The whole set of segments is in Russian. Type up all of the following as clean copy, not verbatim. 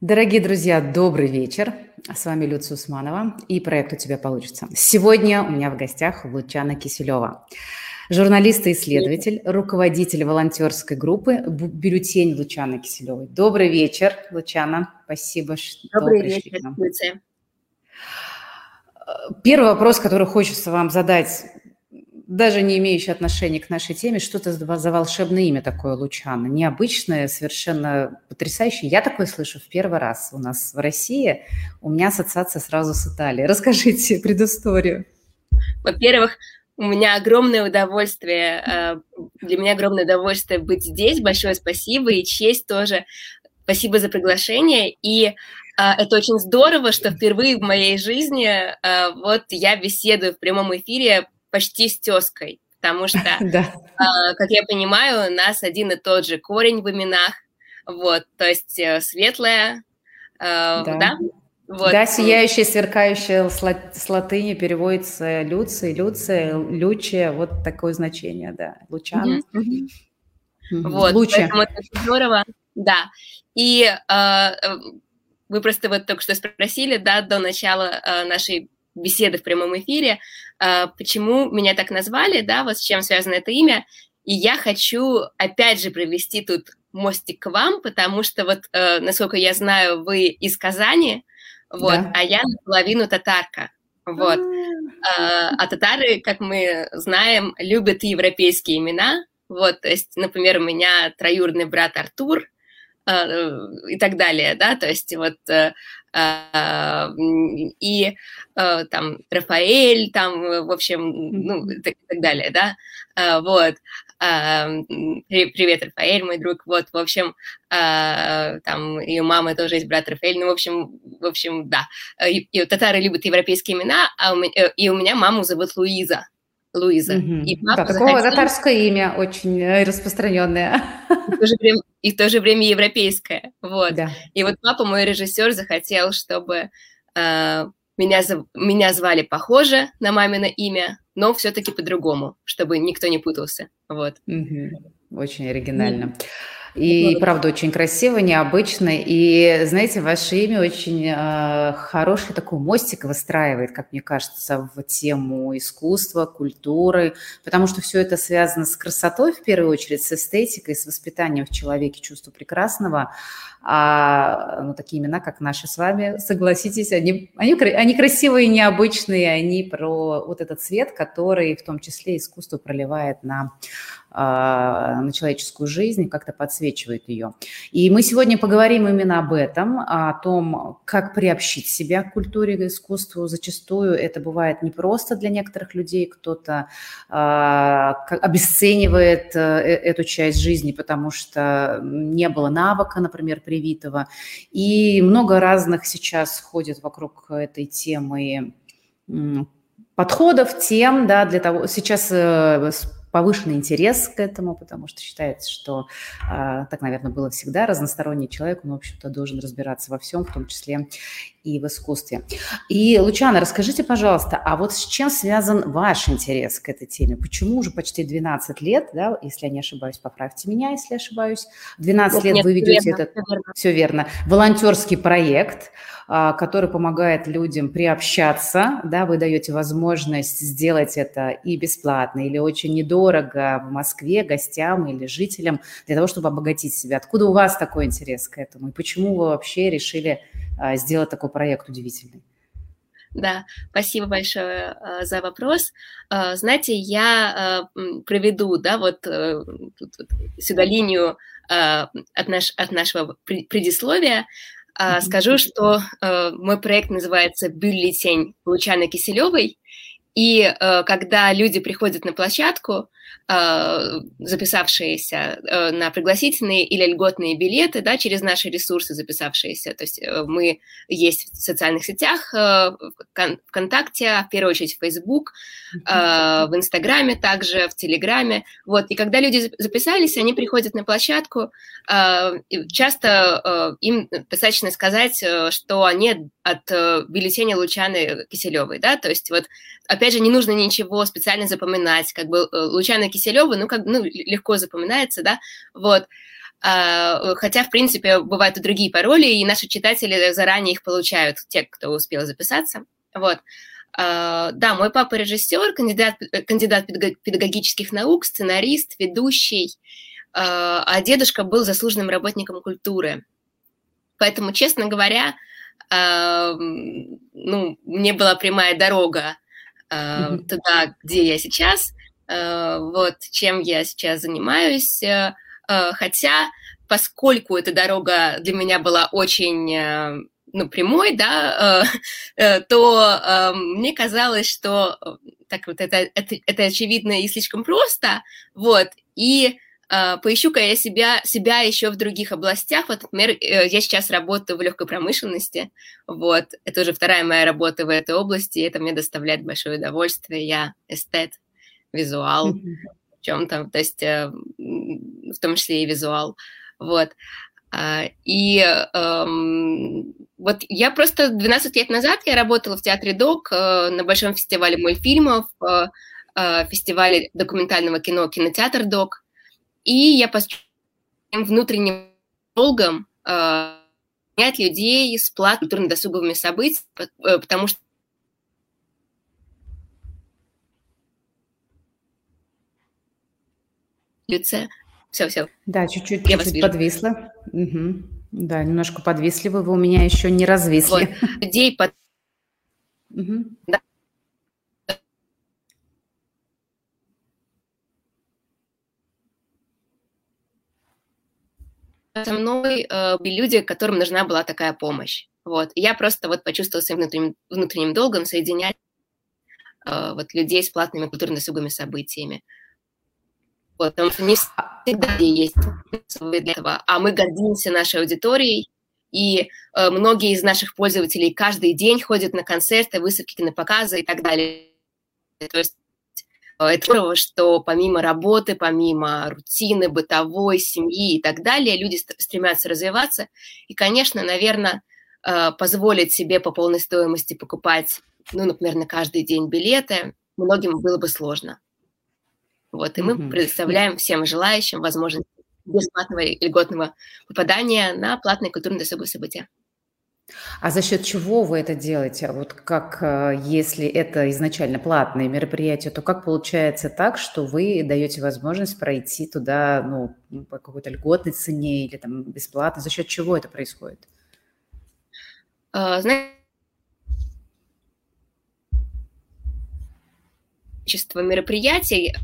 Дорогие друзья, добрый вечер. С вами Люция Усманова и проект «У тебя получится». Сегодня у меня в гостях Лучана Киселева, журналист и исследователь, руководитель волонтерской группы «Бюллетень» Лучаны Киселевой. Добрый вечер, Лучана. Спасибо, что Добрый пришли вечер, к нам. Люция. Первый вопрос, который хочется вам задать, даже не имеющий отношения к нашей теме, что это за волшебное имя такое Лучана? Необычное, совершенно потрясающее. Я такое слышу в первый раз у нас в России. У меня ассоциация сразу с Италией. Расскажите предысторию. Во-первых, у меня огромное удовольствие, для меня огромное удовольствие быть здесь. Большое спасибо и честь тоже. Спасибо за приглашение. И это очень здорово, что впервые в моей жизни вот я беседую в прямом эфире почти с тезкой, потому что, как я понимаю, у нас один и тот же корень в именах, вот, то есть светлая, да? Вот. Да, сияющая, сверкающая с латыни переводится Люция, Лючия, вот такое значение, да, Лучана. Вот, Луча. Поэтому это здорово, да. И вы просто вот только что спросили, да, до начала нашей беседы в прямом эфире, почему меня так назвали, да, вот с чем связано это имя, и я хочу опять же провести тут мостик к вам, потому что вот, насколько я знаю, вы из Казани, вот, да. А я наполовину татарка, вот, а татары, как мы знаем, любят европейские имена, вот, то есть, например, у меня троюродный брат Артур, и так далее, да, то есть вот и там Рафаэль, там, в общем, ну, и так далее, да, вот, привет, Рафаэль, мой друг, вот, в общем, там и у мамы тоже есть брат Рафаэль, ну, в общем, да, и татары любят европейские имена, и у меня маму зовут Луиза. И да, такое татарское имя очень распространенное. И в то же время европейское. Вот. Да. И вот папа, мой режиссер, захотел, чтобы меня звали похоже на мамино имя, но все-таки по-другому, чтобы никто не путался. Вот. Очень оригинально. И, правда, очень красиво, необычно. И, знаете, ваше имя очень хороший такой мостик выстраивает, как мне кажется, в тему искусства, культуры, потому что все это связано с красотой, в первую очередь, с эстетикой, с воспитанием в человеке чувства прекрасного. Ну, такие имена, как наши с вами, согласитесь, они красивые, необычные, они про вот этот свет, который в том числе искусство проливает на человеческую жизнь, как-то подсвечивает ее. И мы сегодня поговорим именно об этом, о том, как приобщить себя к культуре и искусству. Зачастую это бывает непросто для некоторых людей, кто-то обесценивает эту часть жизни, потому что не было навыка, например, привитого. И много разных сейчас ходит вокруг этой темы подходов, тем, да, для того, сейчас повышенный интерес к этому, потому что считается, что так, наверное, было всегда. Разносторонний человек, он, в общем-то, должен разбираться во всем, в том числе и в искусстве. И, Лучана, расскажите, пожалуйста, а вот с чем связан ваш интерес к этой теме? Почему уже почти 12 лет, да, если я не ошибаюсь, поправьте меня, если ошибаюсь, 12 лет вы ведете этот, все верно, волонтерский проект, который помогает людям приобщаться, да, вы даете возможность сделать это и бесплатно, или очень недорого в Москве гостям или жителям для того, чтобы обогатить себя. Откуда у вас такой интерес к этому? И почему вы вообще решили сделать такой проект удивительный? Да, спасибо большое за вопрос. Знаете, я проведу, да, вот сюда линию от нашего предисловия. Скажу, что мой проект называется «Бюллетень» Лучаны Киселевой, и когда люди приходят на площадку, записавшиеся на пригласительные или льготные билеты, да, через наши ресурсы записавшиеся, то есть мы есть в социальных сетях, ВКонтакте, в первую очередь в Facebook, в Инстаграме также, в Телеграме, вот, и когда люди записались, они приходят на площадку, часто им достаточно сказать, что они от бюллетеня Лучаны Киселевой, да, то есть вот, опять же, не нужно ничего специально запоминать, как бы Лучана Киселева, легко запоминается, да, вот. хотя, в принципе, бывают и другие пароли, и наши читатели заранее их получают, те, кто успел записаться. Вот. Да, мой папа режиссер, кандидат педагогических наук, сценарист, ведущий, а дедушка был заслуженным работником культуры. Поэтому, честно говоря, мне была прямая дорога туда, где я сейчас, вот, чем я сейчас занимаюсь. Хотя, поскольку эта дорога для меня была очень прямой, да, то мне казалось, что так вот это очевидно и слишком просто, вот, и поищу-ка я себя еще в других областях. Вот, например, я сейчас работаю в легкой промышленности, вот, это уже вторая моя работа в этой области, и это мне доставляет большое удовольствие, я эстет, визуал, в чем-то, то есть в том числе и визуал, вот. И вот я просто 12 лет назад я работала в театре ДОК на большом фестивале мультфильмов, фестивале документального кино «Кинотеатр ДОК», и я по своим внутренним долгам снять людей с платными культурно-досуговыми событиями, потому что лице. Все. Да, чуть-чуть подвисло. Угу. Да, немножко подвисли вы у меня еще не развисли. Вот. Людей под... Угу. Да. Со мной были люди, которым нужна была такая помощь. Вот. И я просто вот почувствовала своим внутренним долгом соединять вот людей с платными культурно-досуговыми событиями. Вот, потому что не всегда есть для этого, а мы гордимся нашей аудиторией, и многие из наших пользователей каждый день ходят на концерты, выставки, кинопоказы и так далее. То есть это здорово, что помимо работы, помимо рутины, бытовой, семьи и так далее, люди стремятся развиваться. И, конечно, наверное, позволить себе по полной стоимости покупать, например, на каждый день билеты многим было бы сложно. Вот, и мы предоставляем всем желающим возможность бесплатного и льготного попадания на платные культурно-досуговые события. А за счет чего вы это делаете? Вот как, если это изначально платные мероприятия, то как получается так, что вы даете возможность пройти туда, по какой-то льготной цене или там бесплатно? За счет чего это происходит? Знаете, количество мероприятий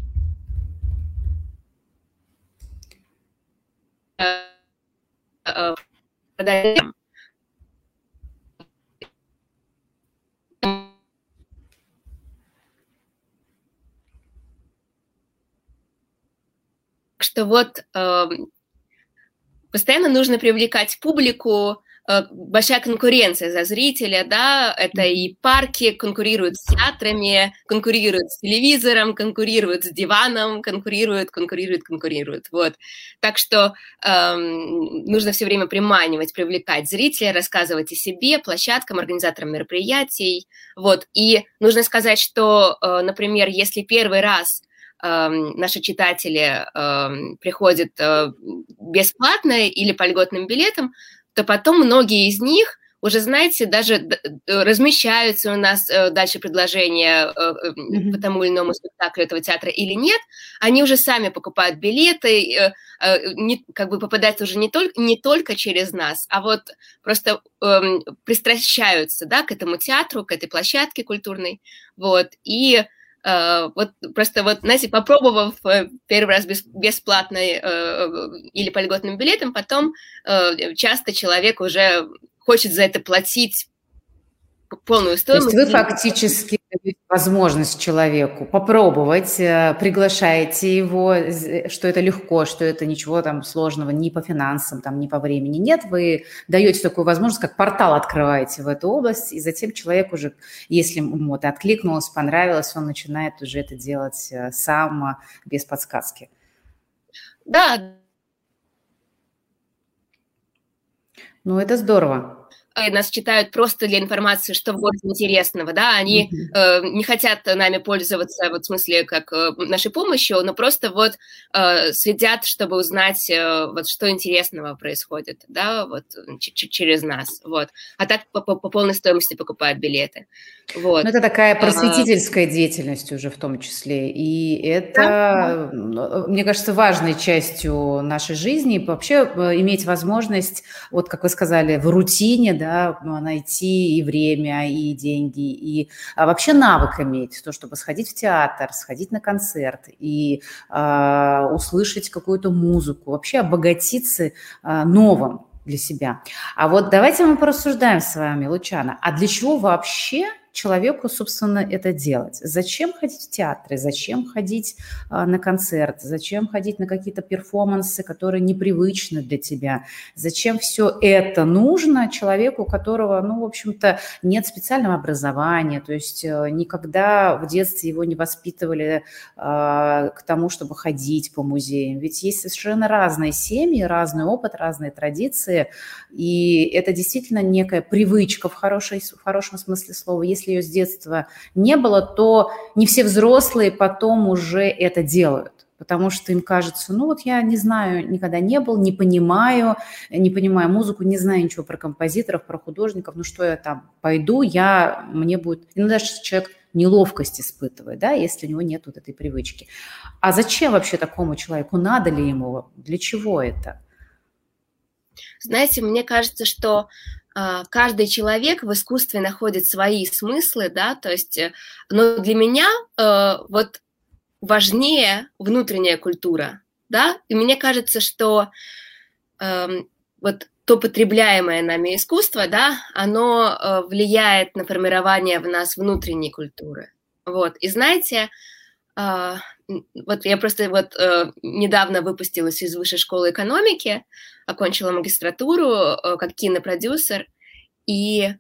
что вот постоянно нужно привлекать публику, большая конкуренция за зрителя, да, это и парки конкурируют с театрами, конкурируют с телевизором, конкурируют с диваном, конкурируют, вот. Так что нужно все время приманивать, привлекать зрителя, рассказывать о себе, площадкам, организаторам мероприятий, вот. И нужно сказать, что, например, если первый раз наши читатели приходят бесплатно или по льготным билетам, то потом многие из них уже, знаете, даже размещаются у нас дальше предложения по тому или иному спектаклю этого театра или нет, они уже сами покупают билеты, как бы попадают уже не только через нас, а вот просто пристращаются, да, к этому театру, к этой площадке культурной, вот, и вот просто вот, знаете, попробовав первый раз бесплатно или по льготным билетам, потом часто человек уже хочет за это платить полную стоимость. То есть вы фактически даете возможность человеку попробовать, приглашаете его, что это легко, что это ничего там сложного ни по финансам, там, ни по времени нет. Вы даете такую возможность, как портал открываете в эту область, и затем человек уже, если ему это откликнулось, понравилось, он начинает уже это делать сам, без подсказки. Да. Ну, это здорово. нас читают просто для информации, что в городе интересного, да, они не хотят нами пользоваться, вот в смысле, как нашей помощью, но просто вот следят, чтобы узнать, вот что интересного происходит, да, вот через нас, вот. А так по полной стоимости покупают билеты. Вот. Ну, это такая просветительская деятельность уже в том числе, и это, мне кажется, важной частью нашей жизни, вообще иметь возможность, вот как вы сказали, в рутине, да, найти и время, и деньги, и вообще навык иметь, то, чтобы сходить в театр, сходить на концерт и услышать какую-то музыку, вообще обогатиться новым для себя. А вот давайте мы порассуждаем с вами, Лучана, а для чего вообще человеку, собственно, это делать? Зачем ходить в театры? Зачем ходить на концерт? Зачем ходить на какие-то перформансы, которые непривычны для тебя? Зачем все это нужно человеку, у которого, ну, в общем-то, нет специального образования, то есть никогда в детстве его не воспитывали к тому, чтобы ходить по музеям? Ведь есть совершенно разные семьи, разный опыт, разные традиции, и это действительно некая привычка в хорошем смысле слова. Если ее с детства не было, то не все взрослые потом уже это делают, потому что им кажется, ну вот я не знаю, никогда не был, не понимаю музыку, не знаю ничего про композиторов, про художников, ну что я там пойду, мне будет... Иногда человек неловкость испытывает, да, если у него нет вот этой привычки. А зачем вообще такому человеку? Надо ли ему? Для чего это? Знаете, мне кажется, что каждый человек в искусстве находит свои смыслы, да, то есть, но для меня вот важнее внутренняя культура, да, и мне кажется, что вот то потребляемое нами искусство, да, оно влияет на формирование в нас внутренней культуры, вот, и знаете, вот я просто вот недавно выпустилась из высшей школы экономики, окончила магистратуру как кинопродюсер, и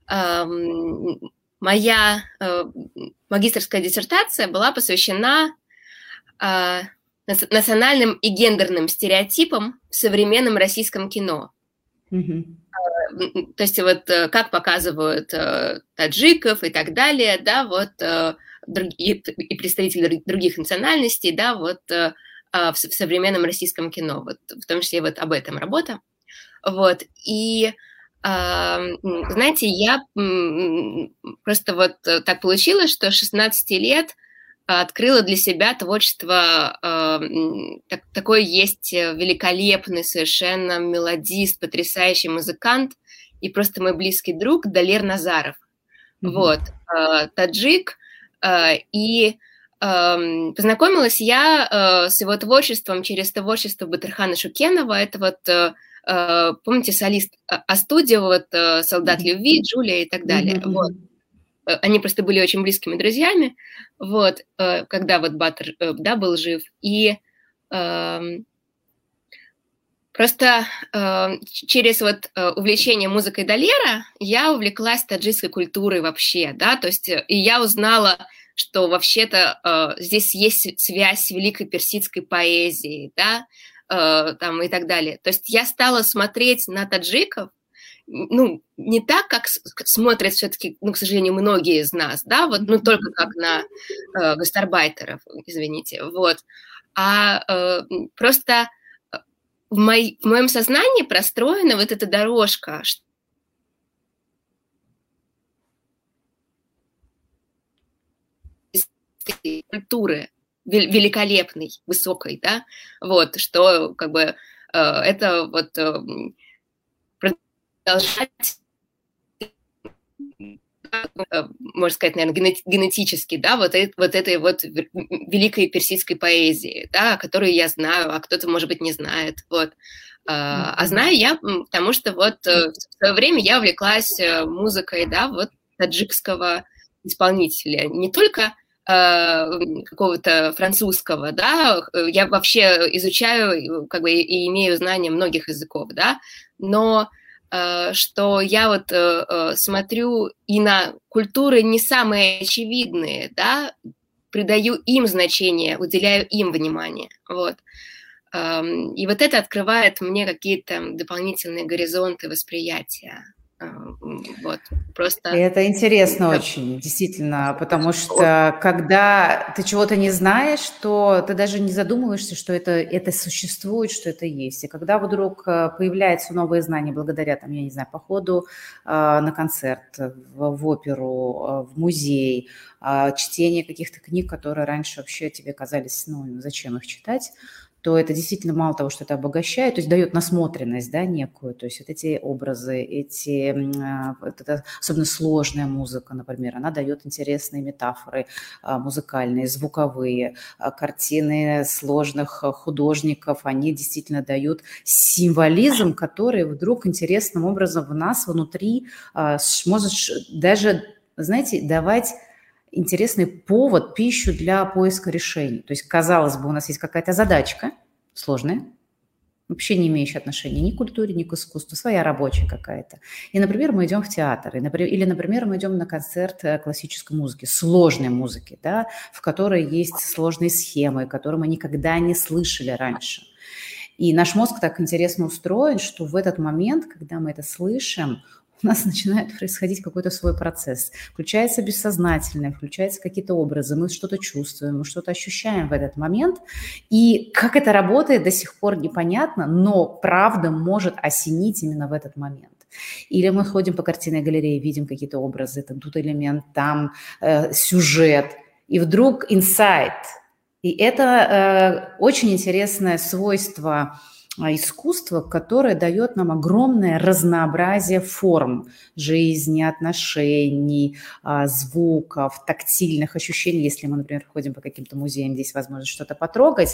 моя магистерская диссертация была посвящена национальным и гендерным стереотипам в современном российском кино. То есть вот как показывают таджиков и так далее, да, вот и представители других национальностей, да, вот в современном российском кино, вот в том числе вот об этом работа, вот, и знаете, я просто вот так получилось, что 16 лет открыла для себя творчество, такой есть великолепный совершенно мелодист, потрясающий музыкант и просто мой близкий друг Далер Назаров, вот, таджик, и познакомилась я с его творчеством через творчество Батырхана Шукенова, это вот, помните, солист А-студио, вот «Солдат любви», «Джулия» и так далее, вот. Они просто были очень близкими друзьями, вот, когда вот Батыр, да, был жив, и просто через вот увлечение музыкой Далера я увлеклась таджикской культурой вообще, да, то есть и я узнала, что вообще-то здесь есть связь с великой персидской поэзией, да, там и так далее. То есть я стала смотреть на таджиков, ну, не так, как смотрят все-таки, ну, к сожалению, многие из нас, да, вот, ну, только как на гастарбайтеров, извините, вот, а просто в моем сознании простроена вот эта дорожка, культуры великолепной, высокой, да, вот, что как бы это вот продолжать, можно сказать, наверное, генетически, да, вот этой вот великой персидской поэзии, да, которую я знаю, а кто-то, может быть, не знает, вот. А знаю я, потому что вот в свое время я увлеклась музыкой, да, вот таджикского исполнителя, не только какого-то французского, да, я вообще изучаю, как бы, и имею знания многих языков, да, но что я вот смотрю и на культуры не самые очевидные, да, придаю им значение, уделяю им внимание, вот. И вот это открывает мне какие-то дополнительные горизонты восприятия. Вот, просто... Это интересно очень, действительно, потому что когда ты чего-то не знаешь, то ты даже не задумываешься, что это существует, что это есть. И когда вдруг появляются новые знания благодаря, там, я не знаю, походу на концерт, в оперу, в музей, чтение каких-то книг, которые раньше вообще тебе казались, ну, зачем их читать, то это действительно мало того, что это обогащает, то есть дает насмотренность, да, некую, то есть вот эти образы, это особенно сложная музыка, например, она дает интересные метафоры музыкальные, звуковые, картины сложных художников, они действительно дают символизм, который вдруг интересным образом в нас внутри может даже, знаете, давать интересный повод, пищу для поиска решений. То есть, казалось бы, у нас есть какая-то задачка сложная, вообще не имеющая отношения ни к культуре, ни к искусству, своя рабочая какая-то. И, например, мы идем в театр, или, например, мы идем на концерт классической музыки, сложной музыки, да, в которой есть сложные схемы, которые мы никогда не слышали раньше. И наш мозг так интересно устроен, что в этот момент, когда мы это слышим, у нас начинает происходить какой-то свой процесс. Включается бессознательное, включаются какие-то образы, мы что-то чувствуем, мы что-то ощущаем в этот момент. И как это работает, до сих пор непонятно, но правда может осенить именно в этот момент. Или мы ходим по картинной галерее, видим какие-то образы, там тут элемент, там сюжет, и вдруг инсайт. И это очень интересное свойство искусство, которое дает нам огромное разнообразие форм жизни, отношений, звуков, тактильных ощущений. Если мы, например, ходим по каким-то музеям, здесь возможность что-то потрогать.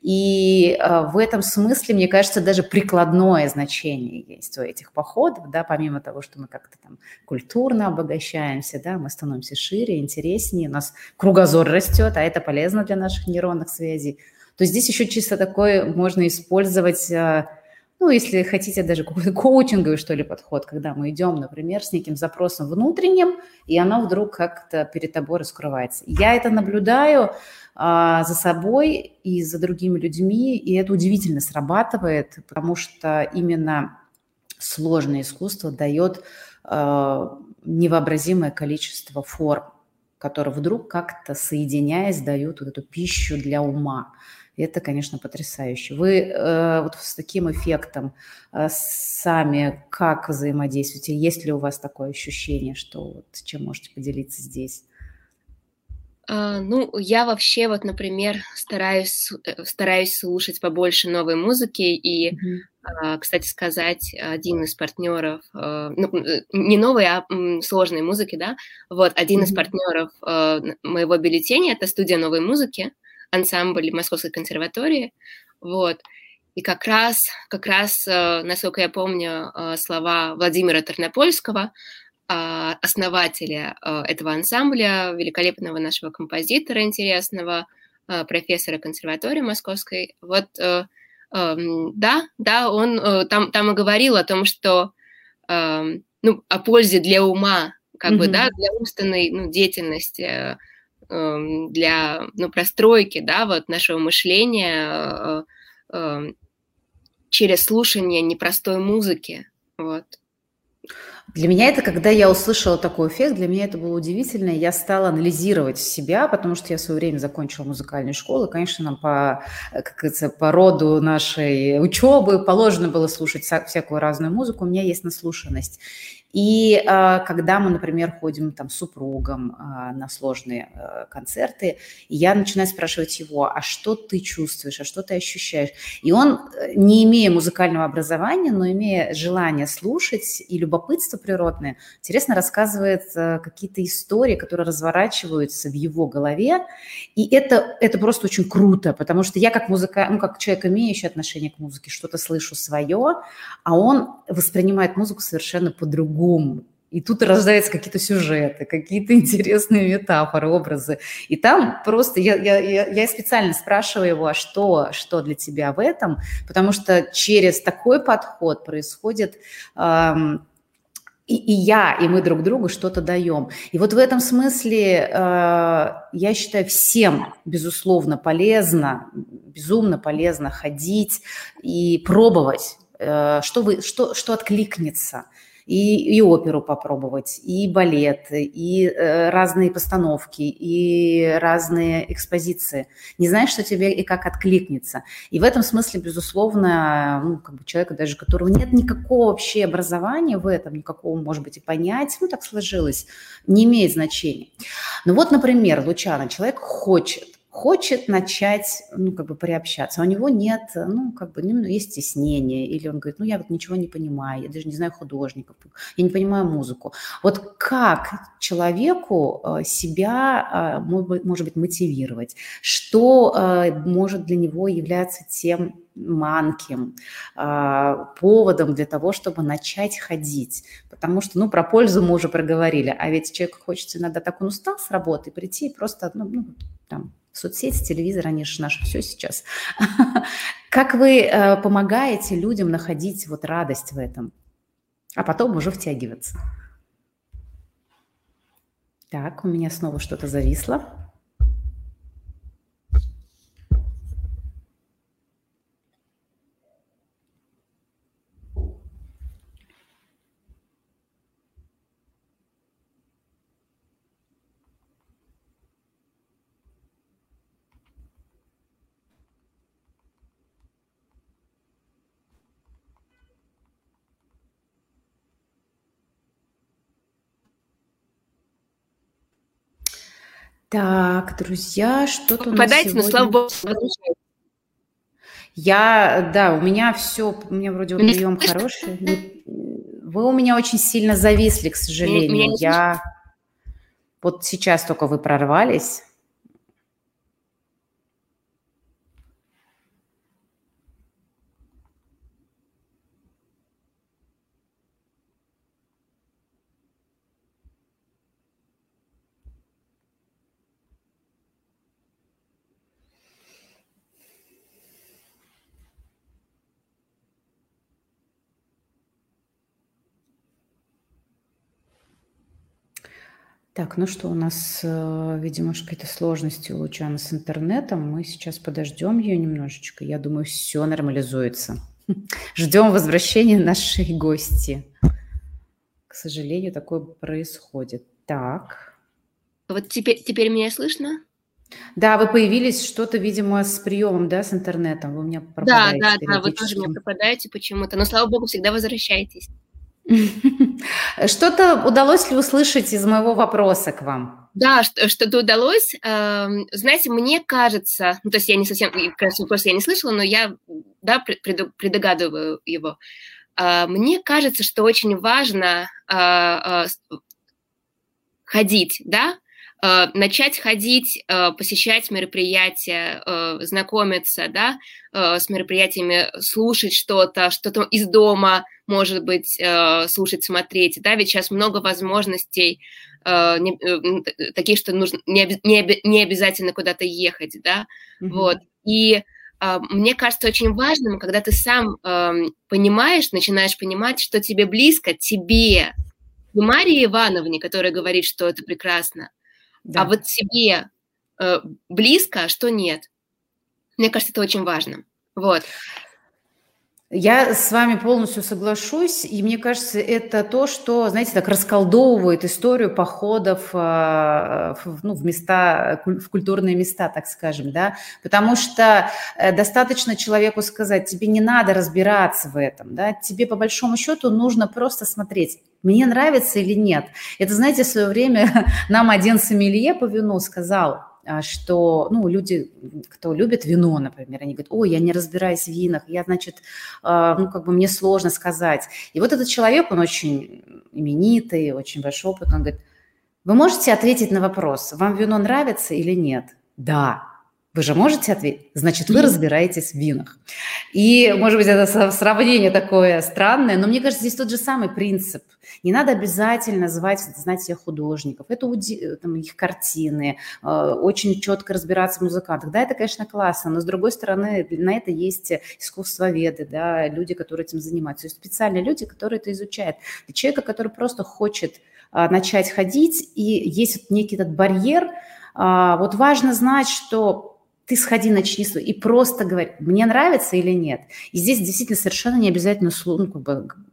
И в этом смысле, мне кажется, даже прикладное значение есть у этих походов, да, помимо того, что мы как-то там культурно обогащаемся, да, мы становимся шире, интереснее, у нас кругозор растет, а это полезно для наших нейронных связей. То здесь еще чисто такое можно использовать, ну, если хотите, даже какой-то коучинговый, что ли, подход, когда мы идем, например, с неким запросом внутренним, и оно вдруг как-то перед тобой раскрывается. Я это наблюдаю за собой и за другими людьми, и это удивительно срабатывает, потому что именно сложное искусство дает невообразимое количество форм, которые вдруг как-то, соединяясь, дают вот эту пищу для ума. И это, конечно, потрясающе. Вы вот с таким эффектом сами как взаимодействуете? Есть ли у вас такое ощущение, что вот чем можете поделиться здесь? Ну, я вообще вот, например, стараюсь слушать побольше новой музыки. И, кстати сказать, один из партнеров, ну, не новой, а сложной музыки, да, вот, один из партнеров моего бюллетеня – это студия новой музыки, ансамбль Московской консерватории, вот. И как раз, насколько я помню, слова Владимира Тернопольского, основателя этого ансамбля, великолепного нашего композитора интересного, профессора консерватории Московской. Вот, да, он там и говорил о том, что, ну, о пользе для ума, как бы, да, для умственной, деятельности, для, простройки, да, вот нашего мышления через слушание непростой музыки, вот. Для меня это, когда я услышала такой эффект, для меня это было удивительно. Я стала анализировать себя, потому что я в свое время закончила музыкальную школу. И, конечно, нам по роду нашей учебы положено было слушать всякую разную музыку. У меня есть наслушанность. И когда мы, например, ходим там с супругом на сложные концерты, я начинаю спрашивать его, а что ты чувствуешь, а что ты ощущаешь? И он, не имея музыкального образования, но имея желание слушать и любопытство природное, интересно рассказывает какие-то истории, которые разворачиваются в его голове. И это просто очень круто, потому что я как как человек, имеющий отношение к музыке, что-то слышу свое, а он воспринимает музыку совершенно по-другому. И тут рождаются какие-то сюжеты, какие-то интересные метафоры, образы. И там просто я специально спрашиваю его, а что для тебя в этом? Потому что через такой подход происходит... И мы друг другу что-то даем. И вот в этом смысле я считаю, всем, безусловно, безумно полезно ходить и пробовать, что откликнется. и оперу попробовать, и балет, и разные постановки, и разные экспозиции. Не знаешь, что тебе и как откликнется. И в этом смысле, безусловно, ну, как бы человека, даже которого нет никакого вообще образования в этом, никакого, может быть, и понятия, ну, так сложилось, не имеет значения. Ну вот, например, Лучано, человек хочет начать, ну, как бы приобщаться, а у него нет, ну, как бы, ну, есть стеснение, или он говорит, ну, я вот ничего не понимаю, я даже не знаю художников, я не понимаю музыку. Вот как человеку себя, может быть, мотивировать? Что может для него являться тем манким, поводом для того, чтобы начать ходить? Потому что, ну, про пользу мы уже проговорили, а ведь человеку хочется иногда, так он устал с работы, прийти и просто, ну там, соцсети, телевизор, они же наше все сейчас. Как вы помогаете людям находить вот радость в этом, а потом уже втягиваться? Так, у меня снова что-то зависло. Так, друзья, что-то у нас Попадайте, сегодня... но слава богу, да, у меня все, у меня вроде бы прием хороший. Вы у меня очень сильно зависли, к сожалению. Вот сейчас только вы прорвались. Так, ну что, у нас, видимо, какие-то сложности у Лучаны с интернетом. Мы сейчас подождем ее немножечко. Я думаю, все нормализуется. Ждем возвращения нашей гости. К сожалению, такое происходит. Так. Вот теперь меня слышно? Да, вы появились, что-то, видимо, с приемом, да, с интернетом. Вы у меня пропадаете периодически. Да, вы тоже меня пропадаете почему-то. Но, слава богу, всегда возвращаетесь. Что-то удалось ли услышать из моего вопроса к вам? Да, что-то удалось. Знаете, мне кажется, ну, то есть я не совсем, конечно, вопрос я не слышала, но я, да, предугадываю его. Мне кажется, что очень важно ходить, да, начать ходить, посещать мероприятия, знакомиться, да, с мероприятиями, слушать что-то из дома, может быть, слушать, смотреть, да, ведь сейчас много возможностей, такие, что нужно не обязательно куда-то ехать, да, вот, и мне кажется очень важным, когда ты сам начинаешь понимать, что тебе близко, тебе, не Марии Ивановне, которая говорит, что это прекрасно, да. А вот тебе близко, а что нет. Мне кажется, это очень важно. Вот. Я с вами полностью соглашусь, и мне кажется, это то, что, знаете, так расколдовывает историю походов в места, в культурные места, так скажем, да, потому что достаточно человеку сказать, тебе не надо разбираться в этом, да, тебе по большому счету нужно просто смотреть, мне нравится или нет. Это, знаете, в свое время нам один сомелье по вину сказал, что, ну, люди, кто любит вино, например, они говорят, ой, я не разбираюсь в винах, я, значит, ну, как бы мне сложно сказать. И вот этот человек, он очень именитый, очень большой опыт, он говорит, вы можете ответить на вопрос, вам вино нравится или нет? Да. Вы же можете ответить? Значит, вы разбираетесь в винах. И, может быть, это сравнение такое странное, но мне кажется, здесь тот же самый принцип. Не надо обязательно знать всех художников. Это там, их картины, очень четко разбираться в музыкантах. Да, это, конечно, классно, но, с другой стороны, на это есть искусствоведы, да, люди, которые этим занимаются. То есть специальные люди, которые это изучают. Для человека, который просто хочет начать ходить, и есть некий этот барьер, вот важно знать, что ты сходи, начни и просто говори, мне нравится или нет. И здесь действительно совершенно не обязательно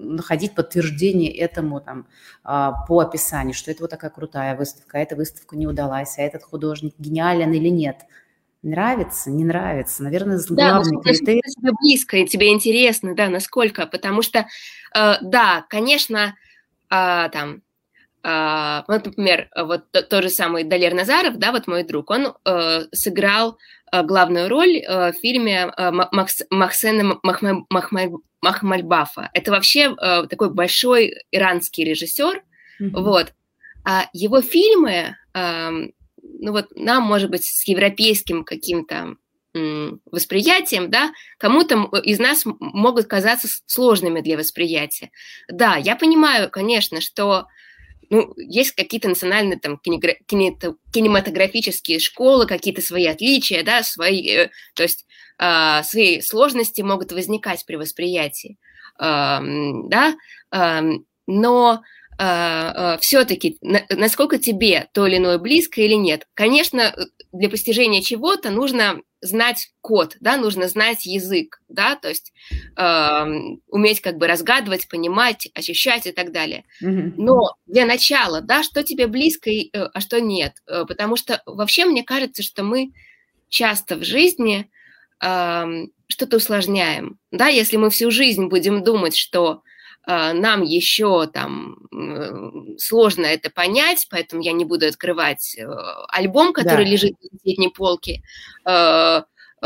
находить подтверждение этому там, по описанию, что это вот такая крутая выставка, а эта выставка не удалась, а этот художник гениален или нет. Нравится, не нравится, наверное, Да, главный критерий. насколько тебе близко и тебе интересно, да, насколько, потому что, да, конечно, там, вот, например, вот тот же самый Далер Назаров, да, вот мой друг, он сыграл главную роль в фильме Махсена Махмальбафа. Это вообще такой большой иранский режиссер, вот. А его фильмы, ну вот нам, может быть, с европейским каким-то восприятием, да, кому-то из нас могут казаться сложными для восприятия. Да, я понимаю, конечно, что есть какие-то национальные там кинематографические школы, какие-то свои отличия, да, свои, то есть свои сложности могут возникать при восприятии, да, но все-таки насколько тебе то или иное близко или нет. Конечно, для постижения чего-то нужно знать код, да, нужно знать язык, да, то есть уметь как бы разгадывать, понимать, ощущать и так далее. Но для начала, да, что тебе близко, а что нет, потому что вообще мне кажется, что мы часто в жизни что-то усложняем, да, если мы всю жизнь будем думать, что нам еще там сложно это понять, поэтому я не буду открывать альбом, который лежит на соседней полке, то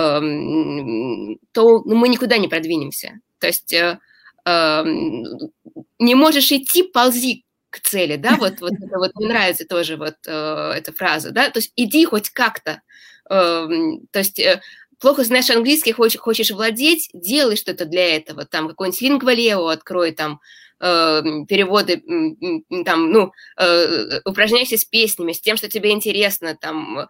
мы никуда не продвинемся. То есть не можешь идти, ползи к цели, да, вот это вот мне нравится тоже вот эта фраза, да, то есть иди хоть как-то, то есть плохо знаешь английский, хочешь владеть, делай что-то для этого, там какой-нибудь Lingua.leo открой, там переводы, там, упражняйся с песнями, с тем, что тебе интересно, там,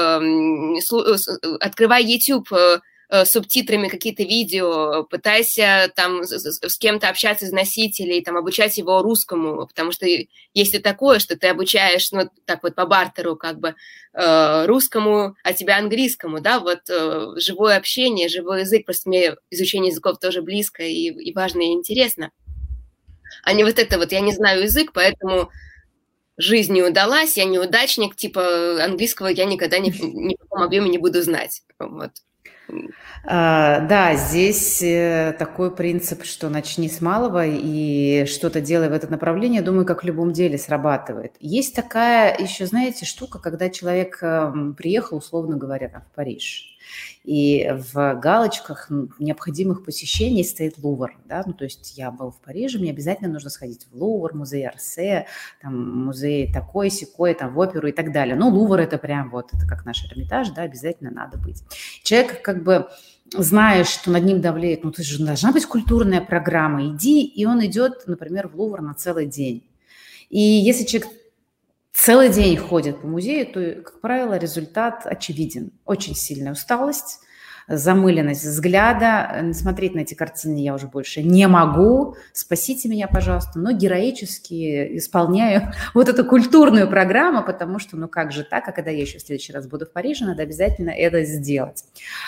открывай YouTube с субтитрами какие-то видео, пытайся там с кем-то общаться из носителей, там, обучать его русскому, потому что есть и такое, что ты обучаешь, ну, так вот по бартеру, как бы, русскому, а тебя английскому, да, вот живое общение, живой язык, просто мне изучение языков тоже близко и важно, и интересно. А не вот это вот, я не знаю язык, поэтому жизнь не удалась, я неудачник, типа английского я никогда ни в каком объеме не буду знать, вот. Да, здесь такой принцип, что начни с малого и что-то делай в это направление, думаю, как в любом деле срабатывает. Есть такая еще, знаете, штука, когда человек приехал, условно говоря, в Париж, и в галочках необходимых посещений стоит Лувр, да, ну, то есть я был в Париже, мне обязательно нужно сходить в Лувр, музей Орсе, там, музей такой-сякой, там, в оперу и так далее. Ну, Лувр – это прям вот, это как наш Эрмитаж, да, обязательно надо быть. Человек как бы зная, что над ним давлеет, ну, ты же должна быть культурная программа, иди, и он идет, например, в Лувр на целый день. И если человек целый день ходит по музею, то, как правило, результат очевиден. Очень сильная усталость, замыленность взгляда. Смотреть на эти картины я уже больше не могу. Спасите меня, пожалуйста. Но героически исполняю вот эту культурную программу, потому что, ну как же так, а когда я еще в следующий раз буду в Париже, надо обязательно это сделать.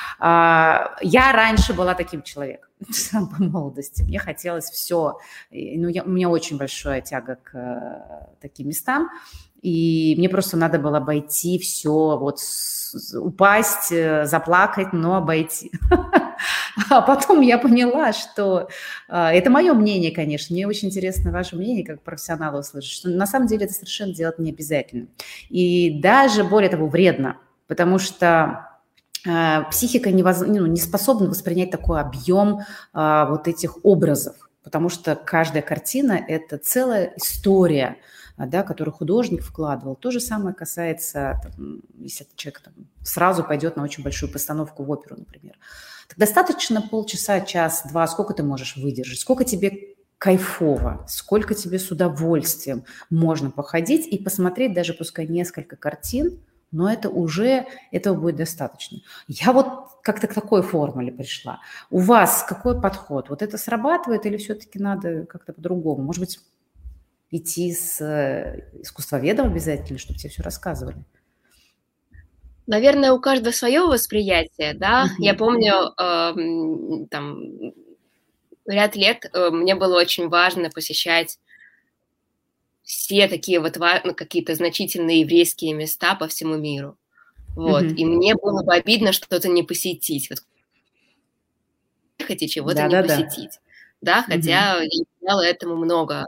Я раньше была таким человеком, по молодости. Мне хотелось все. Ну, у меня очень большая тяга к таким местам. И мне просто надо было обойти все, вот упасть, заплакать, но обойти. А потом я поняла, что это мое мнение, конечно, мне очень интересно ваше мнение, как профессионала услышать, что на самом деле это совершенно делать не обязательно. И даже, более того, вредно, потому что психика не способна воспринять такой объем вот этих образов, потому что каждая картина – это целая история, да, который художник вкладывал. То же самое касается, там, если человек там, сразу пойдет на очень большую постановку в оперу, например. Так достаточно полчаса, час, два, сколько ты можешь выдержать, сколько тебе кайфово, сколько тебе с удовольствием можно походить и посмотреть даже пускай несколько картин, но это уже, этого будет достаточно. Я вот как-то к такой формуле пришла. У вас какой подход? Вот это срабатывает или все-таки надо как-то по-другому? Может быть, идти с искусствоведом обязательно, чтобы тебе все рассказывали? Наверное, у каждого свое восприятие, да. Я помню, там, ряд лет мне было очень важно посещать все такие вот какие-то значительные еврейские места по всему миру. Вот. И мне было бы обидно что-то не посетить. Вот ехать и чего-то не посетить. Да, хотя я уделяла этому много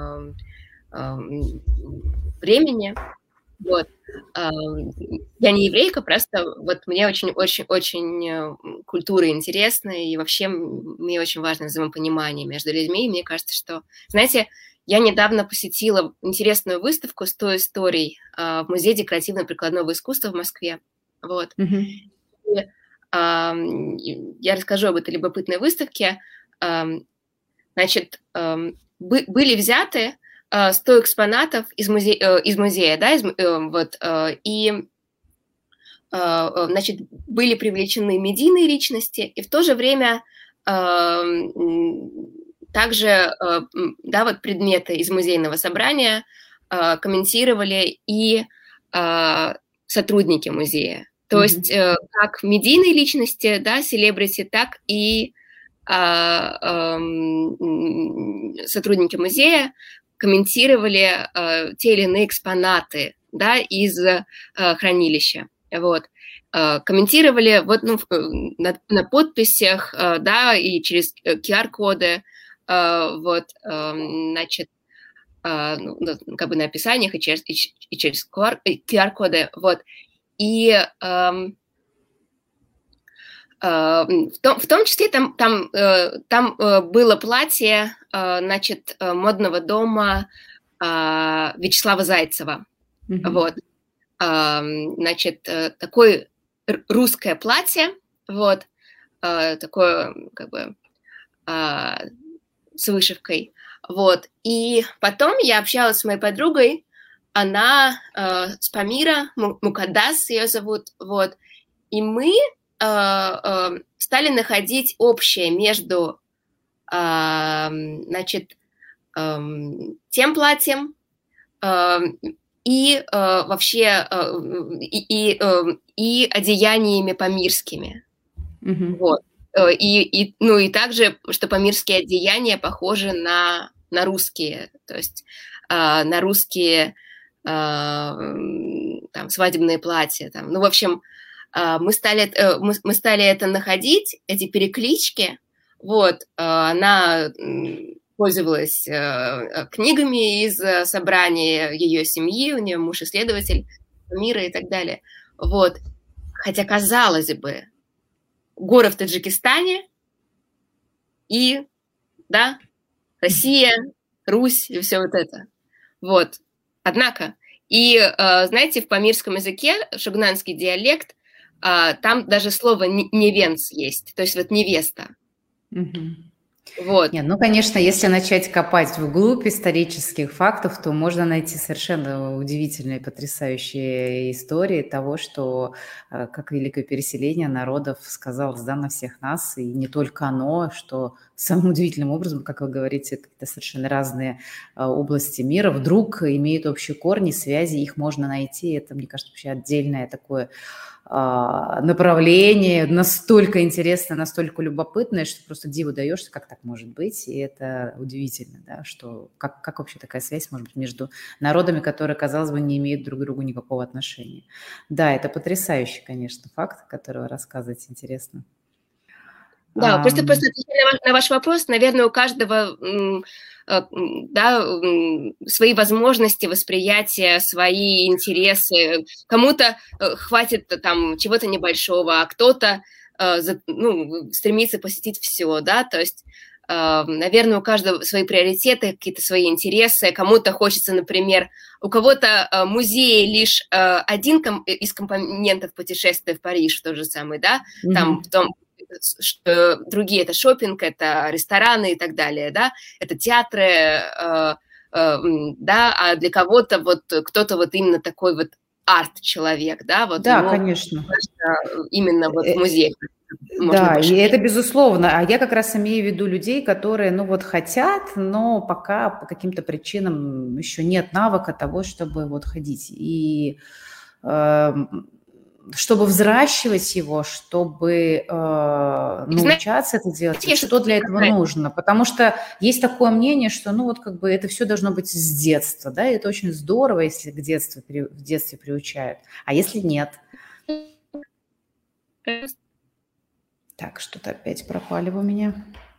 времени. Вот. Я не еврейка, просто вот мне очень-очень-очень культура интересна, и вообще мне очень важно взаимопонимание между людьми. И мне кажется, что, знаете, я недавно посетила интересную выставку «100 историй» в Музее декоративно-прикладного искусства в Москве. Вот. И, я расскажу об этой любопытной выставке. Значит, были взяты 100 экспонатов из музея, да, вот, и, значит, были привлечены медийные личности, и в то же время также, да, вот предметы из музейного собрания комментировали и сотрудники музея. То есть как медийные личности, да, селебрити, так и сотрудники музея комментировали те или иные экспонаты, да, из хранилища. Вот. Комментировали вот, ну, на подписях, да, и через QR-коды, вот, значит, ну, как бы на описаниях и через QR-коды, вот. И в том числе там было платье, значит, модного дома Вячеслава Зайцева. Вот. Значит, такое русское платье, вот, такое, как бы, с вышивкой. Вот. И потом я общалась с моей подругой, она с Памира, Мукаддас ее зовут, вот, и мы стали находить общее между, значит, тем платьем и вообще и одеяниями памирскими. Вот. Ну и также, что памирские одеяния похожи на русские, то есть на русские там, свадебные платья. Там. Ну, в общем, мы стали это находить, эти переклички. Вот, она пользовалась книгами из собрания ее семьи, у нее муж исследователь мира и так далее. Вот. Хотя, казалось бы, горы в Таджикистане и, да, Россия, Русь и все вот это. Вот. Однако, и, знаете, в памирском языке, шугнанский диалект, там даже слово «невенц» есть, то есть вот невеста. Вот. Нет, ну, конечно, если начать копать вглубь исторических фактов, то можно найти совершенно удивительные, потрясающие истории того, что как великое переселение народов сказалось, да, на всех нас, и не только оно, что самым удивительным образом, как вы говорите, какие-то совершенно разные области мира вдруг имеют общие корни, связи, их можно найти. Это, мне кажется, вообще отдельное такое направление, настолько интересное, настолько любопытное, что просто диву даешься, как так может быть, и это удивительно, да, что как вообще такая связь может быть между народами, которые, казалось бы, не имеют друг к другу никакого отношения. Да, это потрясающий, конечно, факт, который вы рассказываете, интересно. Да, просто отвечая на ваш вопрос, наверное, у каждого, да, свои возможности восприятия, свои интересы. Кому-то хватит там чего-то небольшого, а кто-то стремится посетить все, да, то есть, наверное, у каждого свои приоритеты, какие-то свои интересы. Кому-то хочется, например, у кого-то музей лишь один из компонентов путешествия в Париж, тот же самый, да, там в том, что другие это шопинг, это рестораны и так далее, да, это театры, да, а для кого-то вот кто-то вот именно такой вот арт-человек, да, вот. Да, конечно. Именно вот в музее. Да, и это безусловно. А я как раз имею в виду людей, которые, ну вот хотят, но пока по каким-то причинам еще нет навыка того, чтобы вот ходить. И чтобы взращивать его, чтобы научаться это делать, что для этого нужно? Потому что есть такое мнение, что, ну, вот как бы это все должно быть с детства, да, и это очень здорово, если в детстве приучают. А если нет? Так, что-то опять пропали у меня.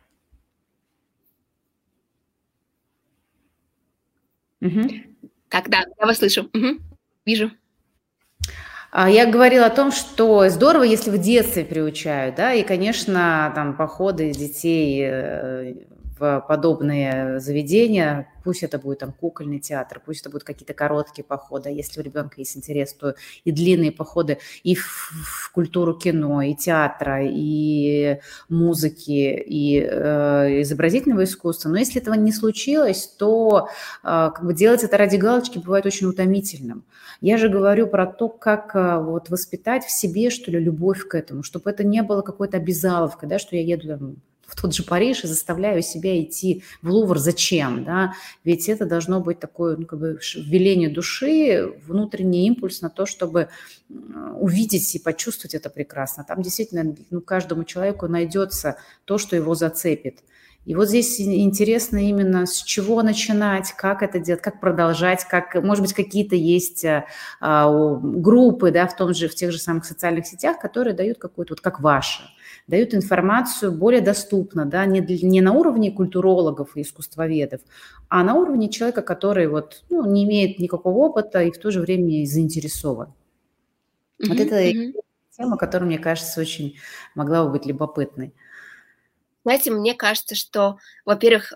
Угу. Так, да, я вас слышу. Угу. Вижу. Я говорила о том, что здорово, если в детстве приучают, да, и, конечно, там походы детей в подобные заведения, пусть это будет там кукольный театр, пусть это будут какие-то короткие походы, а если у ребенка есть интерес, то и длинные походы и в культуру кино, и театра, и музыки, и изобразительного искусства. Но если этого не случилось, то как бы делать это ради галочки бывает очень утомительным. Я же говорю про то, как вот воспитать в себе, что ли, любовь к этому, чтобы это не было какой-то обязаловкой, да, что я еду в тот же Париж и заставляю себя идти в Лувр. Зачем, да? Ведь это должно быть такое, ну, как бы веление души, внутренний импульс на то, чтобы увидеть и почувствовать это прекрасно. Там действительно, ну, каждому человеку найдется то, что его зацепит. И вот здесь интересно именно с чего начинать, как это делать, как продолжать, как, может быть, какие-то есть группы, да, в тех же самых социальных сетях, которые дают какую-то, вот как ваша, дают информацию более доступно, да, не на уровне культурологов и искусствоведов, а на уровне человека, который вот, ну, не имеет никакого опыта и в то же время заинтересован. Вот это тема, которая, мне кажется, очень могла бы быть любопытной. Знаете, мне кажется, что, во-первых,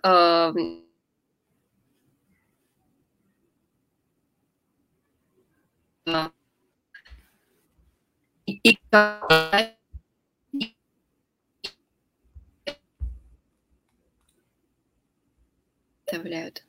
представляют.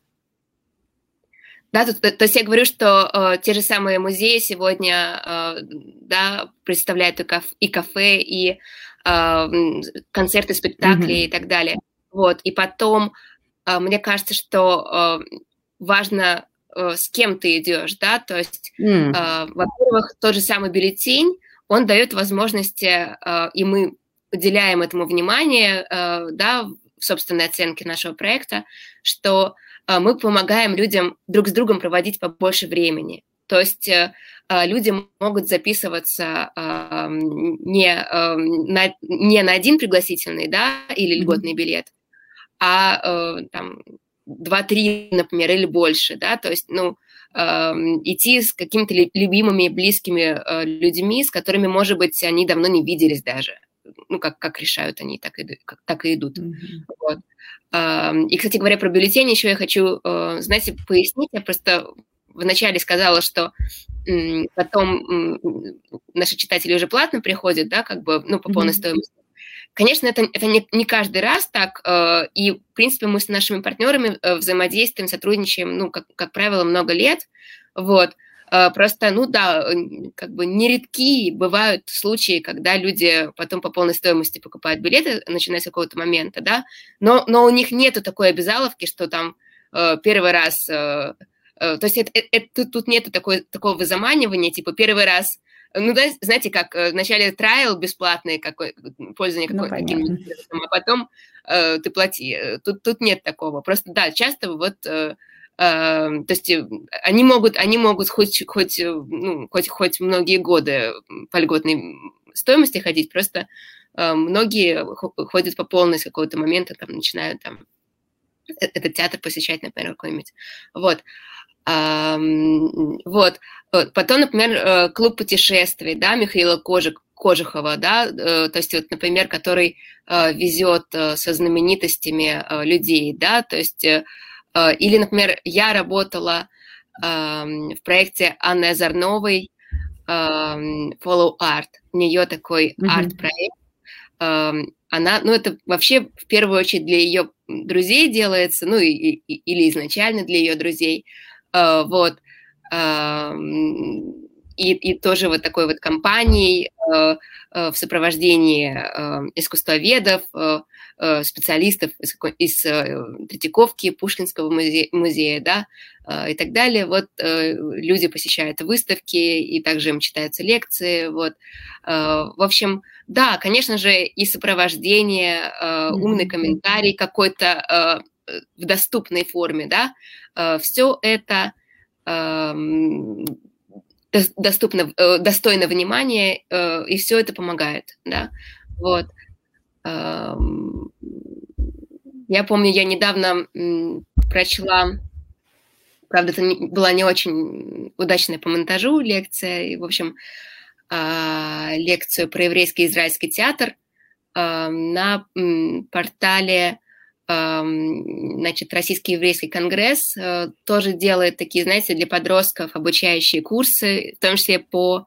Да, то есть я говорю, что те же самые музеи сегодня да, представляют и кафе, и концерты, спектакли и так далее. Вот. И потом, мне кажется, что важно, с кем ты идешь, да, то есть, во-первых, тот же самый бюллетень, он дает возможности, и мы уделяем этому внимание, да, в собственной оценке нашего проекта, что мы помогаем людям друг с другом проводить побольше времени. То есть люди могут записываться не на один пригласительный, да, или льготный билет, а там 2-3, например, или больше, да, то есть, ну, идти с какими-то любимыми, близкими людьми, с которыми, может быть, они давно не виделись даже. Ну, как решают они, так и идут. Вот. И, кстати говоря, про бюллетень еще я хочу, знаете, пояснить. Я просто вначале сказала, что потом наши читатели уже платно приходят, да, как бы, ну, по полной стоимости. Конечно, это не каждый раз так, и, в принципе, мы с нашими партнерами взаимодействуем, сотрудничаем, ну, как правило, много лет, вот. Просто, ну да, как бы нередки бывают случаи, когда люди потом по полной стоимости покупают билеты, начиная с какого-то момента, да, но у них нету такой обязаловки, что там первый раз, то есть тут нету такого заманивания, типа первый раз, ну да, знаете, как вначале трайл бесплатный, пользование каким-нибудь, а потом ты плати. Тут нет такого. Просто да, часто вот то есть они могут хоть многие годы по льготной стоимости ходить, просто многие ходят по полной с какого-то момента, там, начинают там, этот театр посещать, например, какой-нибудь. Вот. Вот. Потом, например, клуб путешествий, да, Михаила Кожухова, да, то есть, вот, например, который везет со знаменитостями людей, да, то есть, или, например, я работала в проекте Анны Озорновой Follow Art, у нее такой арт-проект, она, ну, это вообще в первую очередь для ее друзей делается, ну, или изначально для ее друзей, вот, и тоже вот такой вот компанией в сопровождении искусствоведов, специалистов из Третьяковки, Пушкинского музея, да, и так далее. Вот люди посещают выставки, и также им читаются лекции. Вот. В общем, да, конечно же, и сопровождение, умный комментарий какой-то в доступной форме, да, все это доступно, достойно внимания, и все это помогает, да, вот. Я помню, я недавно прочла, правда, это была не очень удачная по монтажу лекция, и, в общем, лекцию про еврейский израильский театр на портале, значит, Российский еврейский конгресс тоже делает такие, знаете, для подростков обучающие курсы, в том числе по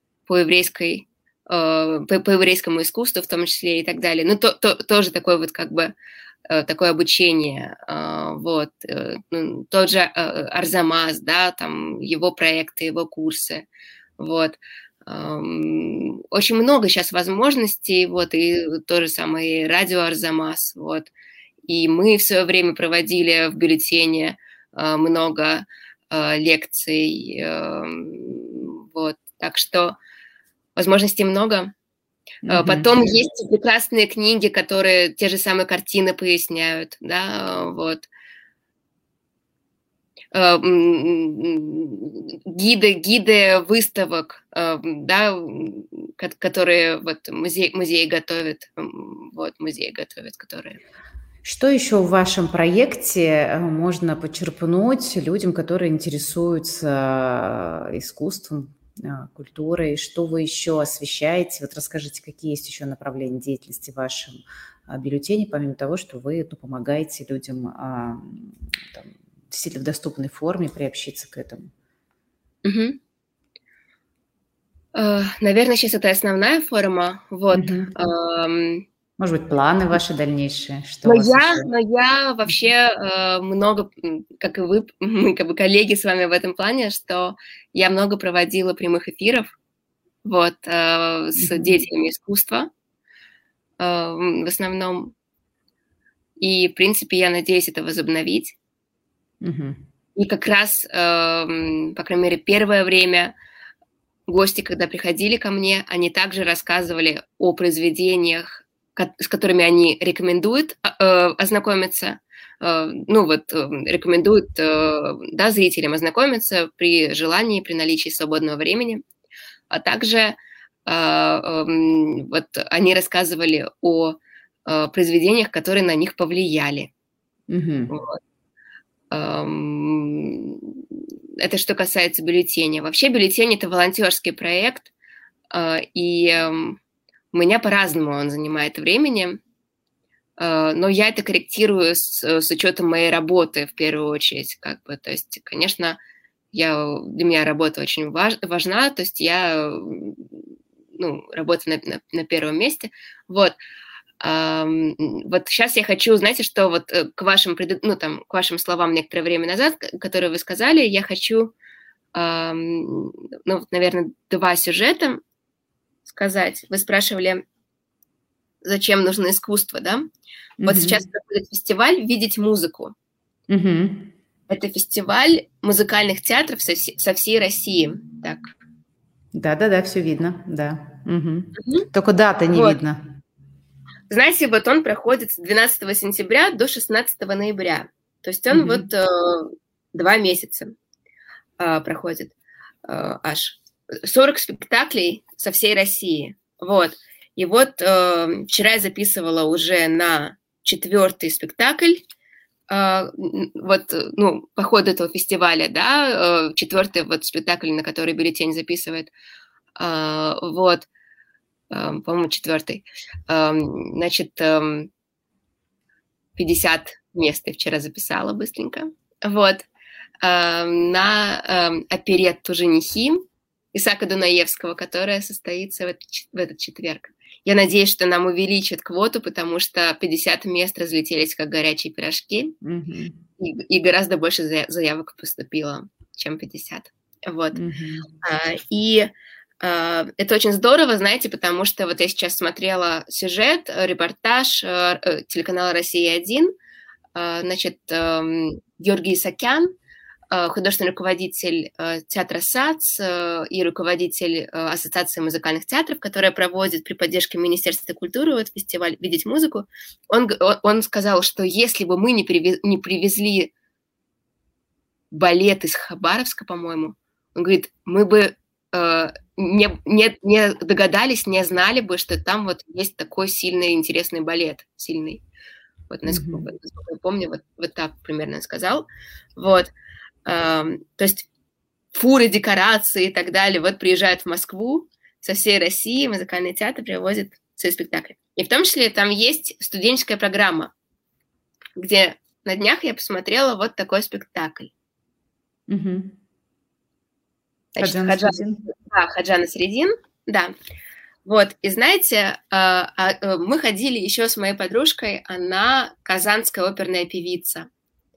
еврейскому искусству, в том числе и так далее. Ну, тоже такое вот как бы такое обучение. Вот. Тот же Арзамас, да, там его проекты, его курсы. Вот. Очень много сейчас возможностей, вот, и то же самое радио Арзамас, вот. И мы в свое время проводили в бюллетене много лекций, вот. Так что возможностей много. Потом есть прекрасные книги, которые те же самые картины поясняют, да, вот. Гиды выставок, да, которые вот музей готовит, вот, музей готовит, которые... Что еще в вашем проекте можно почерпнуть людям, которые интересуются искусством, культурой? Что вы еще освещаете? Вот расскажите, какие есть еще направления деятельности в вашем бюллетене, помимо того, что вы помогаете людям там, действительно в доступной форме приобщиться к этому? Наверное, сейчас это основная форма. Вот. Может быть, планы ваши дальнейшие? Но я вообще много, как и вы, мы как бы коллеги с вами в этом плане, что я много проводила прямых эфиров вот, с деятелями искусства в основном. И, в принципе, я надеюсь это возобновить. И как раз, по крайней мере, первое время гости, когда приходили ко мне, они также рассказывали о произведениях, с которыми они рекомендуют ознакомиться, ну вот рекомендуют, да, зрителям ознакомиться при желании, при наличии свободного времени, а также вот они рассказывали о произведениях, которые на них повлияли. Вот. Это что касается бюллетеня. Вообще бюллетень – это волонтерский проект, и у меня по-разному он занимает времени, но я это корректирую с учетом моей работы в первую очередь. Как бы. То есть, конечно, для меня работа очень важна, то есть я работаю на первом месте. Вот. Вот сейчас я хочу, знаете, что вот к вашим словам некоторое время назад, которые вы сказали, я хочу, наверное, 2 сюжета сказать. Вы спрашивали, зачем нужно искусство, да? Вот сейчас проходит фестиваль «Видеть музыку». Это фестиваль музыкальных театров со всей России. Так. Да, все видно, да. Только даты не видно. Знаете, вот он проходит с 12 сентября до 16 ноября. То есть он вот 2 месяца проходит аж. 40 спектаклей со всей России. Вот. И вот вчера я записывала уже на 4-й спектакль, вот, по ходу этого фестиваля, да, 4-й вот спектакль, на который бюллетень записывает, вот, по-моему, 4-й, значит, 50 мест я вчера записала быстренько, вот, на оперетту «Женихи» Исаака Дунаевского, которая состоится в этот четверг. Я надеюсь, что нам увеличат квоту, потому что 50 мест разлетелись как горячие пирожки, и гораздо больше заявок поступило, чем 50. Вот. И это очень здорово, знаете, потому что вот я сейчас смотрела сюжет, репортаж телеканала «Россия-1», значит, Георгий Исакян, художественный руководитель театра САЦ и руководитель Ассоциации музыкальных театров, которая проводит при поддержке Министерства культуры вот фестиваль «Видеть музыку», он сказал, что если бы мы не привезли балет из Хабаровска, по-моему, он говорит, мы бы не догадались, не знали бы, что там вот есть такой сильный, интересный балет, сильный. Вот, насколько я помню, вот так примерно сказал. Вот. То есть фуры, декорации и так далее вот приезжают в Москву со всей России, музыкальный театр привозит свои спектакли. И в том числе там есть студенческая программа, где на днях я посмотрела вот такой спектакль. Хаджа Насреддин, да. Вот, и знаете, мы ходили еще с моей подружкой, она казанская оперная певица.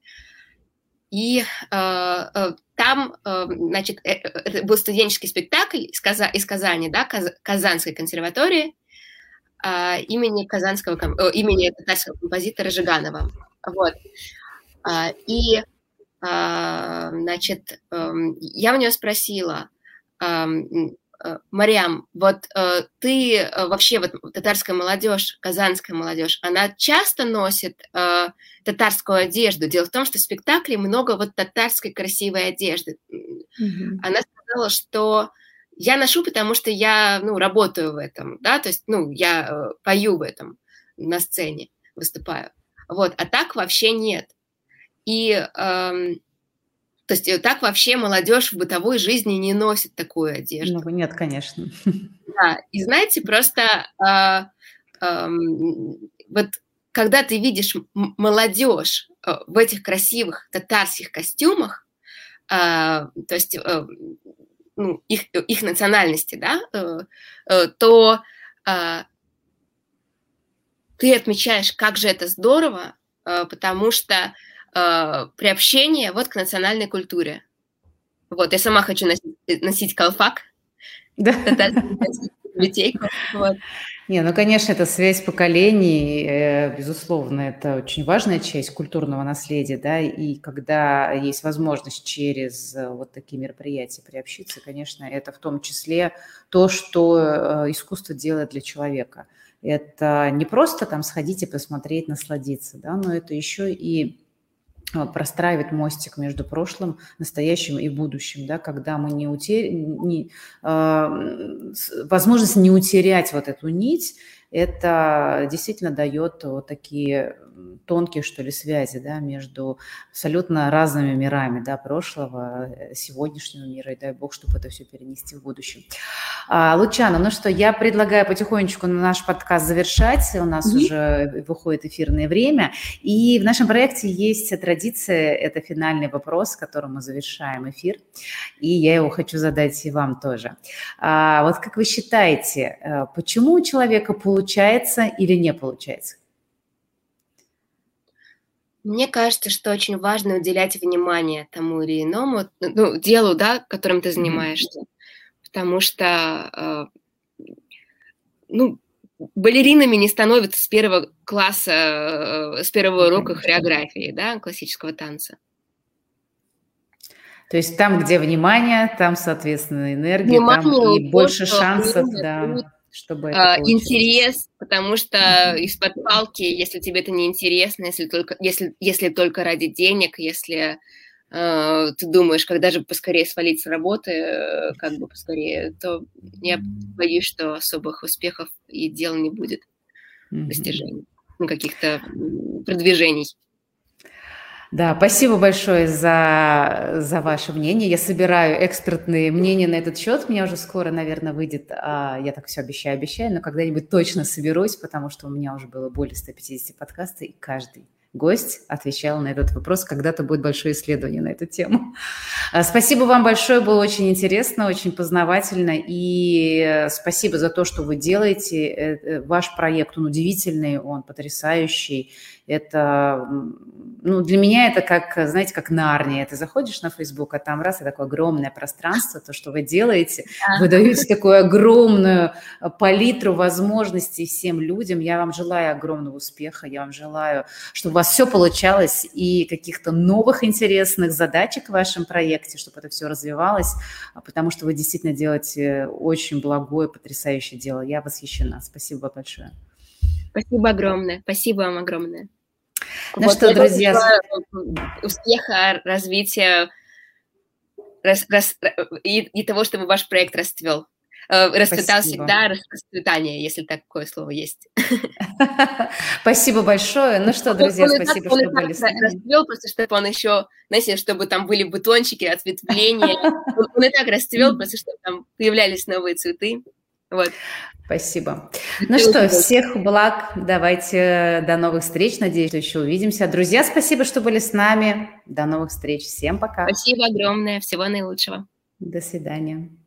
И там, значит, это был студенческий спектакль из Казани, да, Казанской консерватории имени татарского композитора Жиганова. Вот. И, значит, я у нее спросила, Марьям, вот ты вообще, вот татарская молодежь, казанская молодежь, она часто носит татарскую одежду? Дело в том, что в спектакле много вот татарской красивой одежды. Она сказала, что я ношу, потому что я, работаю в этом, да, то есть, я пою в этом на сцене, выступаю. Вот, а так вообще нет. И... То есть так вообще молодежь в бытовой жизни не носит такую одежду. Нет, конечно. Да, и знаете, просто вот когда ты видишь молодежь в этих красивых татарских костюмах, то есть их национальности, да, то ты отмечаешь, как же это здорово, потому что приобщение вот к национальной культуре. Вот, я сама хочу носить колпак, татарскую библиотеку. Вот. Конечно, это связь поколений, безусловно, это очень важная часть культурного наследия, да, и когда есть возможность через вот такие мероприятия приобщиться, конечно, это в том числе то, что искусство делает для человека. Это не просто там сходить и посмотреть, насладиться, да, но это еще и простраивать мостик между прошлым, настоящим и будущим, да, когда мы возможность не утерять вот эту нить, это действительно дает вот такие тонкие, что ли, связи, да, между абсолютно разными мирами, да, прошлого, сегодняшнего мира, и дай бог, чтобы это все перенести в будущем. Лучано, я предлагаю потихонечку наш подкаст завершать, у нас уже выходит эфирное время, и в нашем проекте есть традиция, это финальный вопрос, которым мы завершаем эфир, и я его хочу задать и вам тоже. Вот как вы считаете, почему у человека получается или не получается? Мне кажется, что очень важно уделять внимание тому или иному делу, да, которым ты занимаешься. Потому что, балеринами не становятся с первого класса, с первого урока хореографии, да, классического танца. То есть там, где внимание, там, соответственно, энергия, там и больше шансов, да, чтобы это получилось. Интерес, потому что из-под палки, если тебе это не интересно, если только ради денег, если ты думаешь, когда же поскорее свалить с работы, как бы поскорее, то я боюсь, что особых успехов и дел не будет, достижений, каких-то продвижений. Да, спасибо большое за ваше мнение. Я собираю экспертные мнения на этот счет. У меня уже скоро, наверное, выйдет, я так все обещаю, но когда-нибудь точно соберусь, потому что у меня уже было более 150 подкастов, и каждый гость отвечал на этот вопрос. Когда-то будет большое исследование на эту тему. Спасибо вам большое, было очень интересно, очень познавательно. И спасибо за то, что вы делаете. Ваш проект, он удивительный, он потрясающий. Это, ну, для меня это как, знаете, как Нарния. Ты заходишь на Facebook, а там раз, и такое огромное пространство, то, что вы делаете. Вы даете такую огромную палитру возможностей всем людям. Я вам желаю огромного успеха, я вам желаю, чтобы у вас все получалось и каких-то новых интересных задачек в вашем проекте, чтобы это все развивалось, потому что вы действительно делаете очень благое, потрясающее дело. Я восхищена. Спасибо большое. Спасибо огромное. Спасибо вам огромное. Ну вот, что, друзья... Успеха, развития и того, чтобы ваш проект расцвел. Расцветал всегда, расцветание, если такое слово есть. Спасибо большое. Ну что, друзья, спасибо, что были с нами. Расцвел, просто чтобы он еще, знаете, чтобы там были бутончики, ответвления. Он и так расцвел, просто чтобы там появлялись новые цветы. Вот. Спасибо. Ну что, всех благ. Давайте до новых встреч. Надеюсь, что еще увидимся. Друзья, спасибо, что были с нами. До новых встреч. Всем пока. Спасибо огромное. Всего наилучшего. До свидания.